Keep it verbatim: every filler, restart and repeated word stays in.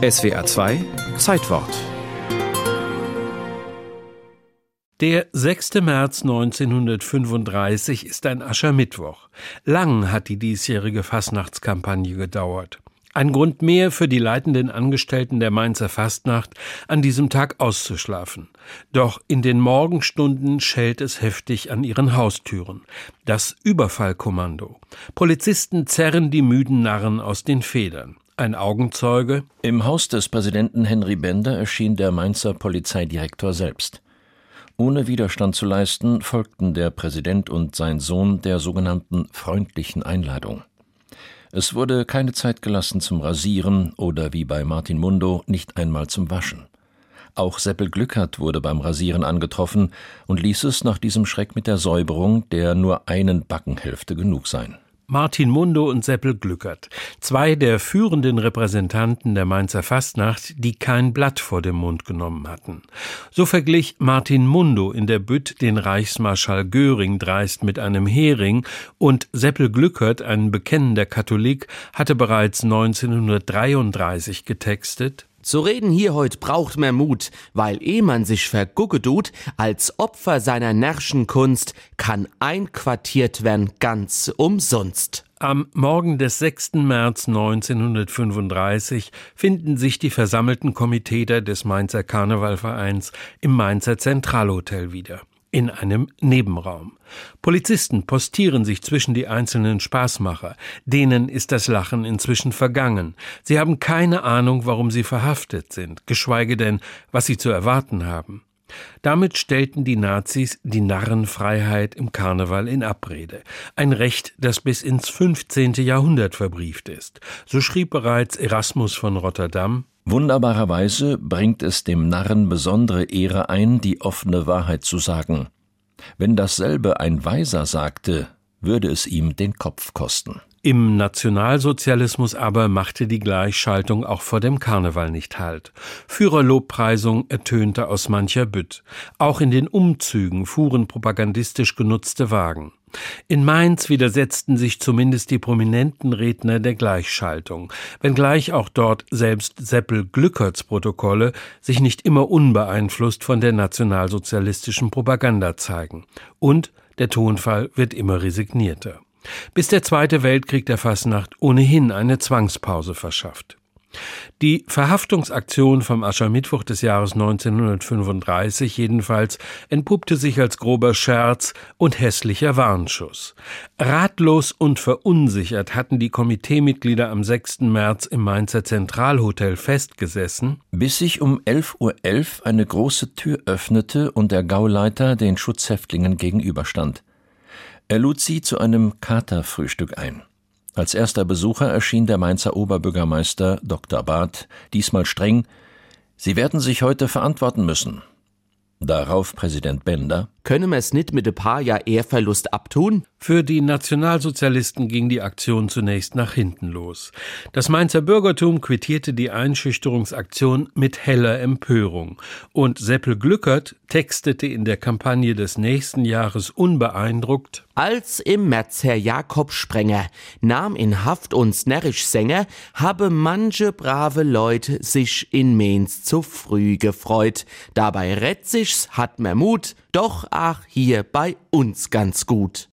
S W R zwei Zeitwort. Der sechster März neunzehnhundertfünfunddreißig ist ein Aschermittwoch. Lang hat die diesjährige Fastnachtskampagne gedauert. Ein Grund mehr für die leitenden Angestellten der Mainzer Fastnacht, an diesem Tag auszuschlafen. Doch in den Morgenstunden schellt es heftig an ihren Haustüren. Das Überfallkommando. Polizisten zerren die müden Narren aus den Federn. Ein Augenzeuge: Im Haus des Präsidenten Henry Bender erschien der Mainzer Polizeidirektor selbst. Ohne Widerstand zu leisten, folgten der Präsident und sein Sohn der sogenannten freundlichen Einladung. Es wurde keine Zeit gelassen zum Rasieren oder wie bei Martin Mundo nicht einmal zum Waschen. Auch Seppel Glückert wurde beim Rasieren angetroffen und ließ es nach diesem Schreck mit der Säuberung der nur einen Backenhälfte genug sein. Martin Mundo und Seppel Glückert, zwei der führenden Repräsentanten der Mainzer Fastnacht, die kein Blatt vor dem Mund genommen hatten. So verglich Martin Mundo in der Bütt den Reichsmarschall Göring dreist mit einem Hering und Seppel Glückert, ein bekennender Katholik, hatte bereits neunzehnhundertdreiunddreißig getextet: Zu reden hier heut braucht mehr Mut, weil eh man sich vergucke tut, als Opfer seiner närrschen Kunst kann einquartiert werden ganz umsonst. Am Morgen des sechster März neunzehnhundertfünfunddreißig finden sich die versammelten Komiteter des Mainzer Karnevalvereins im Mainzer Zentralhotel wieder. In einem Nebenraum. Polizisten postieren sich zwischen die einzelnen Spaßmacher. Denen ist das Lachen inzwischen vergangen. Sie haben keine Ahnung, warum sie verhaftet sind, geschweige denn, was sie zu erwarten haben. Damit stellten die Nazis die Narrenfreiheit im Karneval in Abrede. Ein Recht, das bis ins fünfzehnte Jahrhundert verbrieft ist. So schrieb bereits Erasmus von Rotterdam: Wunderbarerweise bringt es dem Narren besondere Ehre ein, die offene Wahrheit zu sagen. Wenn dasselbe ein Weiser sagte, würde es ihm den Kopf kosten. Im Nationalsozialismus aber machte die Gleichschaltung auch vor dem Karneval nicht Halt. Führerlobpreisung ertönte aus mancher Bütt. Auch in den Umzügen fuhren propagandistisch genutzte Wagen. In Mainz widersetzten sich zumindest die prominenten Redner der Gleichschaltung, wenngleich auch dort selbst Seppel Glückerts Protokolle sich nicht immer unbeeinflusst von der nationalsozialistischen Propaganda zeigen. Und der Tonfall wird immer resignierter. Bis der Zweite Weltkrieg der Fastnacht ohnehin eine Zwangspause verschafft. Die Verhaftungsaktion vom Aschermittwoch des Jahres neunzehnhundertfünfunddreißig jedenfalls entpuppte sich als grober Scherz und hässlicher Warnschuss. Ratlos und verunsichert hatten die Komiteemitglieder am sechster März im Mainzer Zentralhotel festgesessen, bis sich um elf Uhr elf eine große Tür öffnete und der Gauleiter den Schutzhäftlingen gegenüberstand. Er lud sie zu einem Katerfrühstück ein. Als erster Besucher erschien der Mainzer Oberbürgermeister Doktor Barth, diesmal streng: Sie werden sich heute verantworten müssen. Darauf Präsident Bender: Können wir es nicht mit ein paar Jahr Ehrverlust abtun? Für die Nationalsozialisten ging die Aktion zunächst nach hinten los. Das Mainzer Bürgertum quittierte die Einschüchterungsaktion mit heller Empörung. Und Seppel Glückert textete in der Kampagne des nächsten Jahres unbeeindruckt: Als im März Herr Jakob Sprenger nahm in Haft uns närrisch Sänger, habe manche brave Leute sich in Mainz zu früh gefreut. Dabei rett sich's, hat mer Mut, doch ach hier bei uns ganz gut.